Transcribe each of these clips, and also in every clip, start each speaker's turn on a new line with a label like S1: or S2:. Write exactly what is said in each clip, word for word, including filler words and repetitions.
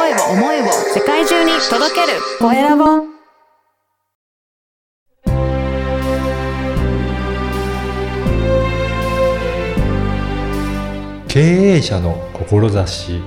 S1: 声を思いを世界中に届けるコエラボ。
S2: 経営者の志。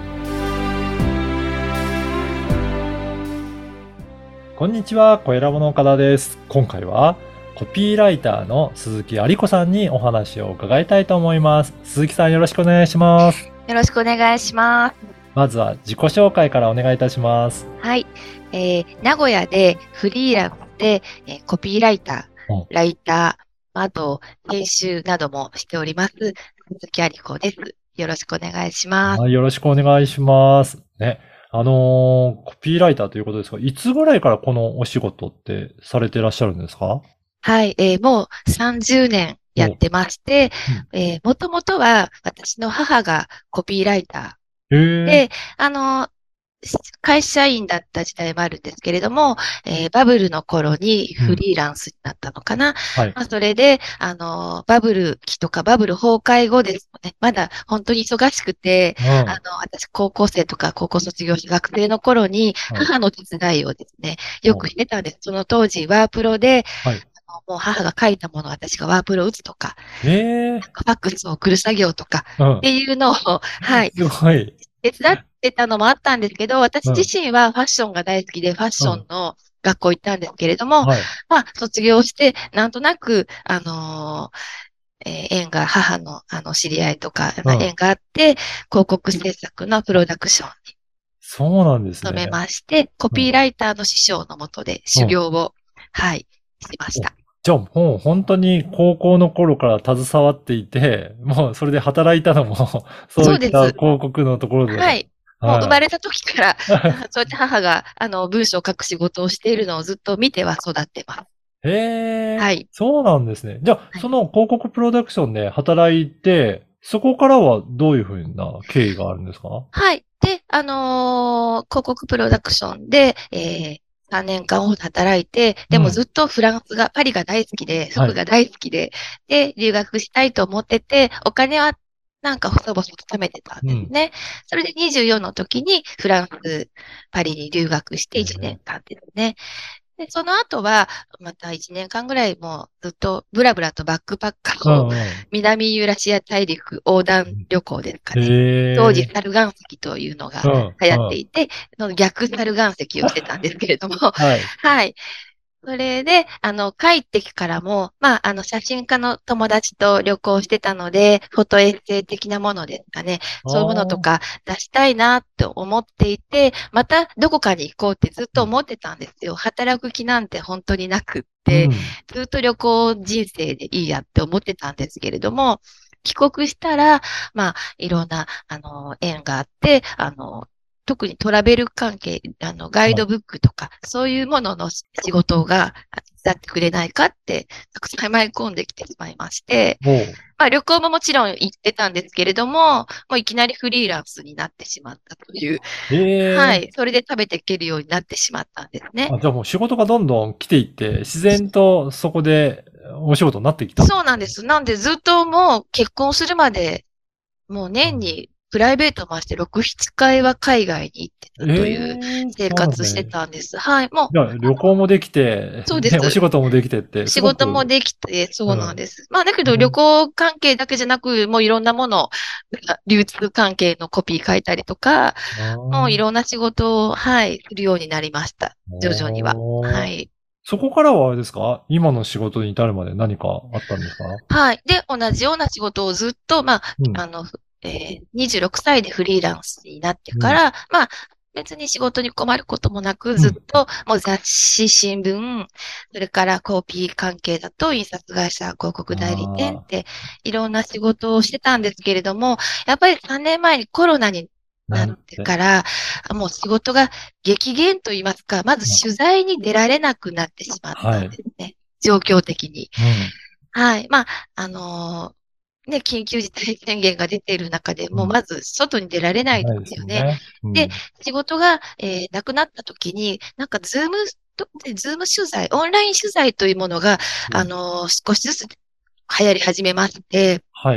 S2: こんにちは、コエラボの岡田です。今回はコピーライターの鈴木有子さんにお話を伺いたいと思います。鈴木さん、よろしくお願いします。
S3: よろしくお願いします。
S2: まずは自己紹介からお願いいたします。
S3: はい、えー、名古屋でフリーランスで、えー、コピーライター、ライター、あと編集などもしております鈴木有子です。よろしくお願いします。
S2: はい、よろしくお願いします。ね、あのー、コピーライターということですが、いつぐらいからこのお仕事ってされてらっしゃるんですか？
S3: はい、えー、もうさんじゅうねんやってまして、うん、えー、もともとは私の母がコピーライターで、あのー、会社員だった時代もあるんですけれども、えー、バブルの頃にフリーランスになったのかな。うん、はい。まあ、それで、あの、バブル期とかバブル崩壊後ですね、まだ本当に忙しくて、うん、あの、私高校生とか高校卒業した学生の頃に、母の手伝いをですね、よくしてたんです。その当時、ワープロで、はい、もう母が書いたものを私がワープロ打つとか、なんかファックスを送る作業とか、っていうのを、うん、はい。すごい。手伝ってたのもあったんですけど、私自身はファッションが大好きで、ファッションの学校行ったんですけれども、うん、はい、まあ、卒業して、なんとなく、あのー、えー、縁が、母の、あの、知り合いとか、うん、縁があって、広告制作のプロダクションに。
S2: そうなんですね。
S3: 勤めまして、コピーライターの師匠のもとで修行を、うん、はい、しました。
S2: じゃあもう本当に高校の頃から携わっていて、もうそれで働いたのも、そういった広告のところで。
S3: はい。もう生まれた時から、そうやって母が、あの、文章を書く仕事をしているのをずっと見ては育ってます。
S2: へー。はい。そうなんですね。じゃあ、はい、その広告プロダクションで働いて、そこからはどういうふうな経緯があるんですか？
S3: はい。で、あのー、広告プロダクションで、えー、さんねんかんほど働いて、でもずっとフランスが、うん、パリが大好きで、服が大好きで、はい、で、留学したいと思ってて、お金はなんか細々と貯めてたんですね。うん、それでにじゅうよんの時にフランス、パリに留学していちねんかんですね。で、その後は、またいちねんかんぐらいもうずっとブラブラとバックパッカーを、南ユーラシア大陸横断旅行ですかね。当時、サル岩石というのが流行っていて、その逆サル岩石をしてたんですけれども、はい。はい。それで、あの、帰ってきてからも、まあ、あの、写真家の友達と旅行してたので、フォトエッセイ的なものですかね。そういうものとか出したいなって思っていて、またどこかに行こうってずっと思ってたんですよ。働く気なんて本当になくって、うん、ずっと旅行人生でいいやって思ってたんですけれども、帰国したら、まあ、いろんな、あの、縁があって、あの、特にトラベル関係、あの、ガイドブックとか、はい、そういうものの仕事が手伝ってくれないかって、たくさん舞い込んできてしまいまして、まあ旅行ももちろん行ってたんですけれども、もういきなりフリーランスになってしまったという。えー、はい。それで食べていけるようになってしまったんですね。
S2: あ、じゃあもう仕事がどんどん来ていって、自然とそこでお仕事になってきた。
S3: そうなんです。なんでずっともう結婚するまで、もう年に、プライベート回してろく、ななかいは海外に行ってたという生活してたんです。えー、はい。もう。
S2: じゃあ旅行もできて、
S3: そうです。
S2: ね、お仕事もできてって。
S3: 仕事もできて、そうなんです。うん、まあだけど旅行関係だけじゃなく、もういろんなもの、流通関係のコピー書いたりとか、もういろんな仕事を、はい、するようになりました。徐々には。はい。
S2: そこからはあれですか？今の仕事に至るまで何かあったんですか？
S3: はい。で、同じような仕事をずっと、まあ、うん、あの、えー、にじゅうろくさいでフリーランスになってから、うん、まあ、別に仕事に困ることもなく、ずっと、もう雑誌、新聞、それからコピー関係だと、印刷会社、広告代理店って、いろんな仕事をしてたんですけれども、やっぱりさんねんまえにコロナになってから、もう仕事が激減と言いますか、まず取材に出られなくなってしまったんですね。はい、状況的に。うん、はい。まあ、あのーね、緊急事態宣言が出ている中で、もうまず外に出られないですよね。で、うんで、仕事が、えー、なくなった時に、なんかズーム、ズーム取材、オンライン取材というものが、うん、あのー、少しずつ流行り始めまして、はい。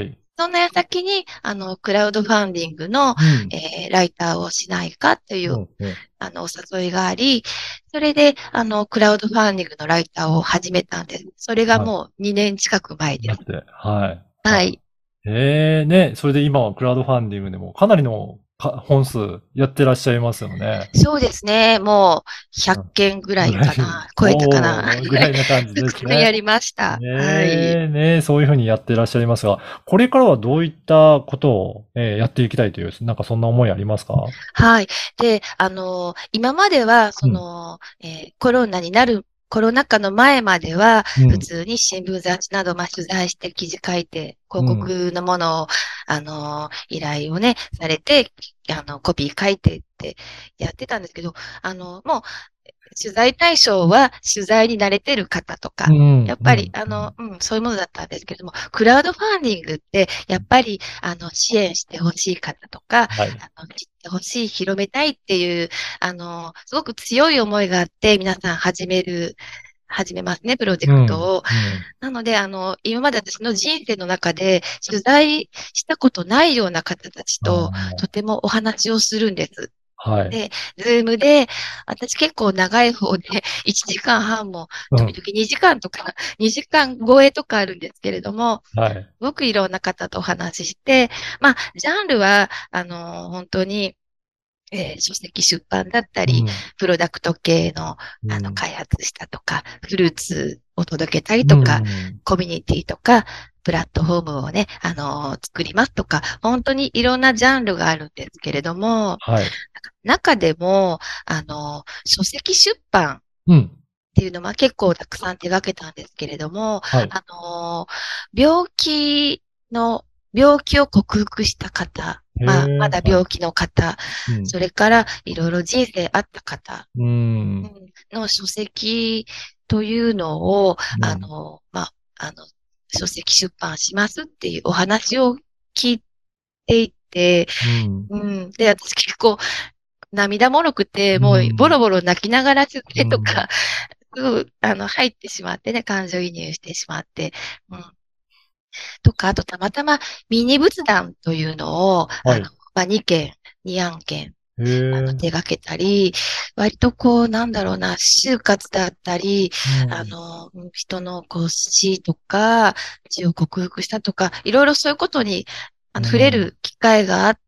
S3: そんな矢先に、あの、クラウドファンディングの、
S2: うん。
S3: えーライターをしないかという、
S2: うん。うん。
S3: あの、お誘いがあり、それで、あの、クラウドファンディングのライターを始めたんです。それが
S2: はい。
S3: もうにねん近く前です。
S2: だって、はい。あ、
S3: はい。
S2: ええね、それで今はクラウドファンディングでもかなりのか本数やってらっしゃいますよね。
S3: そうですね。もう100
S2: うん。
S3: 件ぐらい
S2: ぐらい、
S3: かな。超えたかな。
S2: おー、ぐらいな感じ
S3: た
S2: ですね。
S3: くさんやりました。はい。
S2: ねえ、ねえ、そういうふうにやってらっしゃいますが、これからはどういったことを、えーやっていきたいという、なんかそんな思いありますか？
S3: はい。で、あの、今までは、そ
S2: うん。
S3: の、えーコロナになる、コロナ禍の前までは、
S2: うん。
S3: 普通に新聞雑誌など、まあ、取材して記事書いて、広
S2: うん。
S3: 告のものを、あの、依頼をね、されて、あの、コピー書いてってやってたんですけど、あの、もう、取材対象は取材に慣れてる方とか、
S2: うん。
S3: やっぱり、
S2: うん。
S3: あの、
S2: うん。
S3: うん、そういうものだったんですけれども、クラウドファンディングって、やっぱり、あの、支援してほしい方とか、
S2: はい。
S3: あの、知ってほしい、広めたいっていう、あの、すごく強い思いがあって、皆さん始める、始めますね、プロジェ
S2: うん。
S3: クトを。
S2: うん。
S3: なので、あの、今まで私の人生の中で、取材したことないような方たち
S2: あ
S3: と、と
S2: あ、
S3: てもお話をするんです。
S2: はい。
S3: で、ズームで、私結構長い方でいちじかんはんも、時
S2: うん。
S3: 々にじかんとか、にじかん超えとかあるんですけれども、
S2: はい。
S3: すごくいろんな方とお話しして、まあ、ジャンルは、あの、本当に、えー書籍出版だったり、
S2: うん。
S3: プロダクト系の、あの、
S2: うん。
S3: 開発したとか、フルーツを届けたり
S2: う
S3: とか、
S2: ん。
S3: コミュニティとか、プラットフォームをね、あの、作りますとか、本当にいろんなジャンルがあるんですけれども、
S2: はい。
S3: 中でも、あの、書籍出版っ
S2: うん。
S3: ていうのは結構たくさん手掛けたんですけれども、
S2: はい。
S3: あの、病気の、病気を克服した方、まあ、ま
S2: へえ、はい。
S3: だ病気の方、
S2: うん。
S3: それからいろいろ人生あった方
S2: うーん。
S3: うんの書籍というのを、
S2: うん。
S3: あの、まあ、あの、書籍出版しますっていうお話を聞いていて、
S2: うん。
S3: うん。で、私結構涙もろくて、
S2: う
S3: もうボ
S2: ん。
S3: ロボロ泣きながら取
S2: うん。
S3: 材とか、すぐ、あの、入ってしまってね、感情移入してしまって、うん。とか、あとたまたまミニ仏壇というのを、あの、
S2: はい。
S3: まあ、にけん、に案件、
S2: へ
S3: あの、
S2: え。
S3: 手掛けたり、割とこう、なんだろうな、就活だったり、あ
S2: うん。
S3: の、人のこう死とか、死を克服したとか、いろいろそういうことに、あ
S2: う
S3: の、触れ
S2: ん。
S3: る機会があって、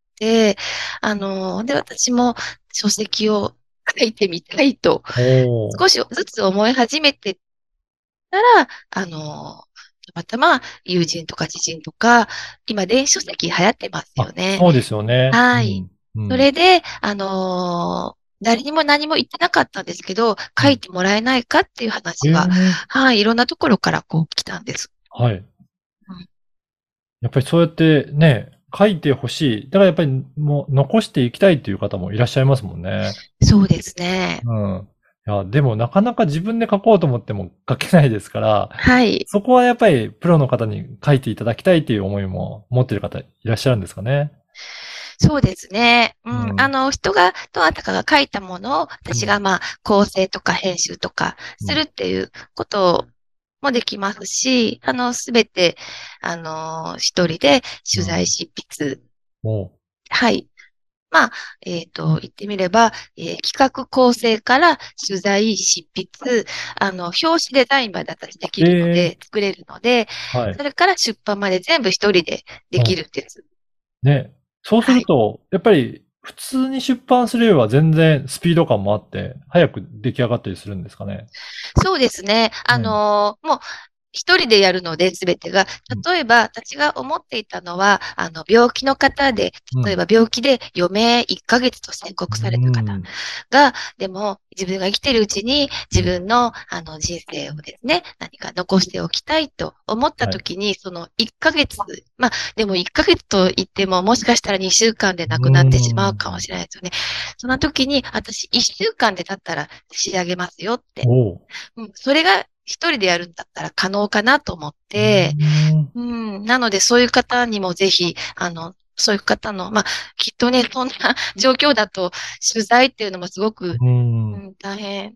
S3: あの、で、私も書籍を書いてみたいと、
S2: おー。
S3: 少しずつ思い始めてたら、あの、たまたま友人とか知人とか、今電子書籍流行ってますよ
S2: あ、
S3: ね。
S2: そうですよね。う
S3: はい。
S2: ん。うん。
S3: それで、あのー誰にも何も言ってなかったんですけど、
S2: うん。
S3: 書いてもらえないかっていう
S2: へ
S3: 話が、
S2: え。
S3: はい、いろんなところからこう来たんです。
S2: はい。
S3: うん
S2: やっぱりそうやってね、書いてほしい。だからやっぱりもう残していきたいっていう方もいらっしゃいますもんね。
S3: そうですね。
S2: うん。いや、でもなかなか自分で書こうと思っても書けないですから、
S3: はい。
S2: そこはやっぱりプロの方に書いていただきたいっていう思いも持っている方いらっしゃるんですかね。
S3: そうですね。うん。あ
S2: うん。
S3: の、人が、どなたかが書いたものを、
S2: うん。
S3: 私がまあ、構成とか編集とか
S2: うん。
S3: するっていうこともできますし、あの、すべて、あの、一人で取材
S2: うん。
S3: 執筆。
S2: おう。
S3: はい。まあ、えっと、言ってみれば、えー企画構成から取材、執筆、あの、表紙デザインまで私でき
S2: え
S3: るので、
S2: え、
S3: 作れるので、
S2: はい。
S3: それから出版まで全部一人ででき
S2: うん。
S3: るんです。
S2: ね。そうす
S3: はい。
S2: ると、やっぱり普通に出版するよりは全然スピード感もあって、早く出来上がったりするんですかね。
S3: そうですね。あ
S2: うん。
S3: のーもう、一人でやるので、すべてが。
S2: うん。
S3: 例えば、私が思っていたのは、あの、病気の方で、
S2: うん。
S3: 例えば病気で余命いっかげつと宣
S2: う
S3: 告された方
S2: ん。
S3: が、でも、自分が生きているうちに、
S2: うん。
S3: 自分の、あの、人生をですね、何か残しておきたいと思った
S2: はい。
S3: ときに、そのいっかげつ、まあ、でもいっかげつと言っても、もしかしたらにしゅうかんで亡
S2: う
S3: くなってしまうかも
S2: ん。
S3: しれないですよね。その時に、私、いっしゅうかんで経ったら仕上げますよって。
S2: おう。
S3: うん、それが一人でやるんだったら可能かなと思っ
S2: うー
S3: て、
S2: ん。
S3: うん、なのでそういう方にもぜひ、あの、そういう方の、まあ、きっとね、そんな状況だと取材っていうのもすごく、
S2: うーん。
S3: うん、大変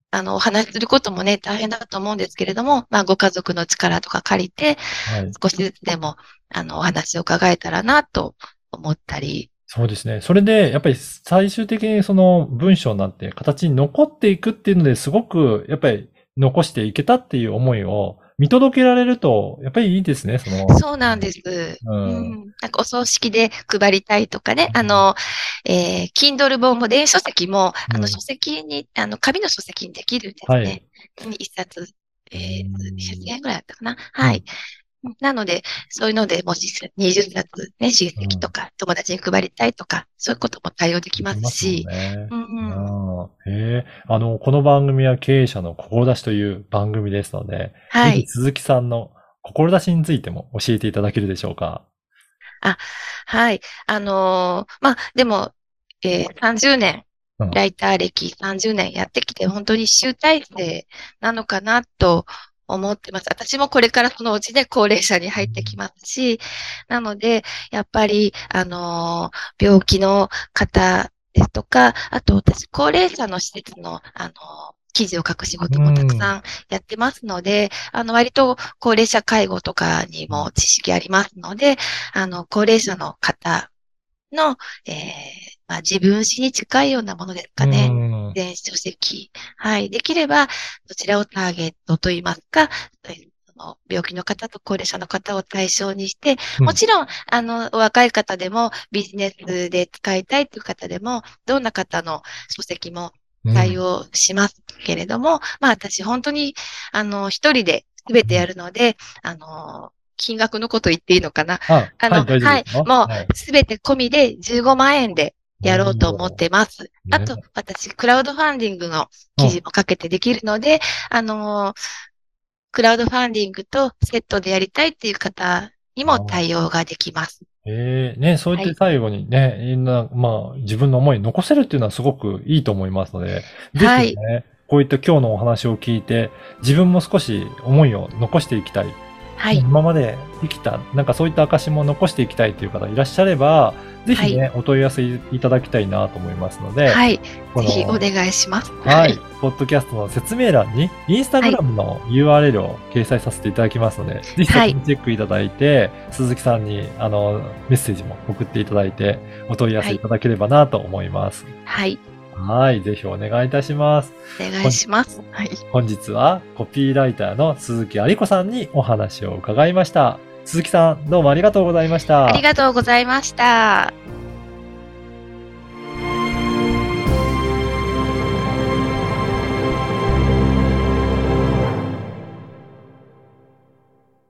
S3: あの、お話しすることもね、大変だと思うんですけれども、まあ、ご家族の力とか借りて、
S2: はい。
S3: 少しずつでも、あの、お話を伺えたらなと思ったり。
S2: そうですね。それで、やっぱり最終的にその文章なんて形に残っていくっていうのですごく、やっぱり残していけたっていう思いを見届けられると、やっぱりいいですね、その、
S3: そうなんです。
S2: うん。
S3: うん。なんかお葬式で配りたいとかね。あの、えー、Kindle 本も電子書籍も、あの、
S2: うん。
S3: 書籍に、あの、紙の書籍にできるんです
S2: はい。
S3: ね。一冊、え
S2: う
S3: ー、
S2: ん。
S3: ひゃくえんぐらいだったかな。
S2: うん。
S3: はい。なので、そういうので、もしにじゅっさつね、親
S2: うん。
S3: 戚とか友達に配りたいとか、そういうことも対応できま
S2: できますもん
S3: すし、
S2: ね。
S3: うんうん。
S2: うん。へえ。あの、この番組は経営者の志という番組ですので、ぜひ
S3: はい。
S2: 鈴木さんの志についても教えていただけるでしょうか？
S3: あ、はい。あのーまあ、でも、えーさんじゅうねん、
S2: うん。
S3: ライター歴さんじゅうねんやってきて、本当に集大成なのかなと思ってます。私もこれからそのうちで高齢者に入ってきますし、なので、やっぱり、あのー病気の方ですとか、あと私、高齢者の施設の、あのー記事を書く仕
S2: う
S3: 事もたく
S2: ん。
S3: さんやってますので、あの、割と高齢者介護とかに
S2: うん。
S3: も知識ありますので、あの、高齢者の方の、えーまあ、自分史に近いようなものです
S2: う
S3: かね。
S2: ん。
S3: 電子書籍。はい。できれば、そちらをターゲットといいますか、その病気の方と高齢者の方を対象にして、
S2: うん。
S3: もちろん、あの、若い方でも、ビジネスで使いたいという方でも、どんな方の書籍も
S2: うん。
S3: 対応しますけれども、まあ、私、本当に、あの、一人で全てやるので、あの、金額のこと言っていいのかな。
S2: あ、
S3: あの、
S2: はい、大丈夫
S3: はい、
S2: ですよ。
S3: も
S2: はい。
S3: うすべて込みでじゅうごまん円でやろうと思っ
S2: お
S3: てます。
S2: ー。ね。
S3: あと、私、クラウドファンディングの
S2: うん。
S3: 記事もかけてできるので、あのークラウドファンディングとセットでやりたいっていう方にも
S2: あ
S3: 対応ができます。
S2: ええね、そうやって
S3: はい。
S2: 最後にね、みんな、まあ、自分の思い残せるっていうのはすごくいいと思いますので、ぜひ
S3: はい。
S2: ね、こういった今日のお話を聞いて、自分も少し思いを残していきたい。
S3: はい。
S2: 今まで生きた、なんかそういった証も残していきたいという方いらっしゃれば、ぜ
S3: はい。
S2: ひね、お問い合わせいただきたいなと思いますので、
S3: はい。ぜひお
S2: この
S3: 願いします。は
S2: はい。
S3: い。
S2: ポッドキャストの説明欄に、インスタ
S3: はい。
S2: グラムの ユーアールエル を掲載させていただきますので、ぜひそ
S3: はい。
S2: こにチェックいただいて、鈴木さんに、あの、メッセージも送っていただいて、お問い合わ
S3: はい。
S2: せいただければなと思います。
S3: はい。
S2: はい。ぜひお願いいたします。
S3: お願い
S2: ほん
S3: します。はい。
S2: 本日は、コピーライターの鈴木有子さんにお話を伺いました。鈴木さん、どうもありがとうございまし
S3: あり
S2: た。
S3: がとうございました。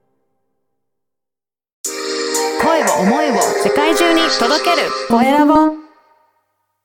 S1: 声を思いを世界中に届けるコエラボ。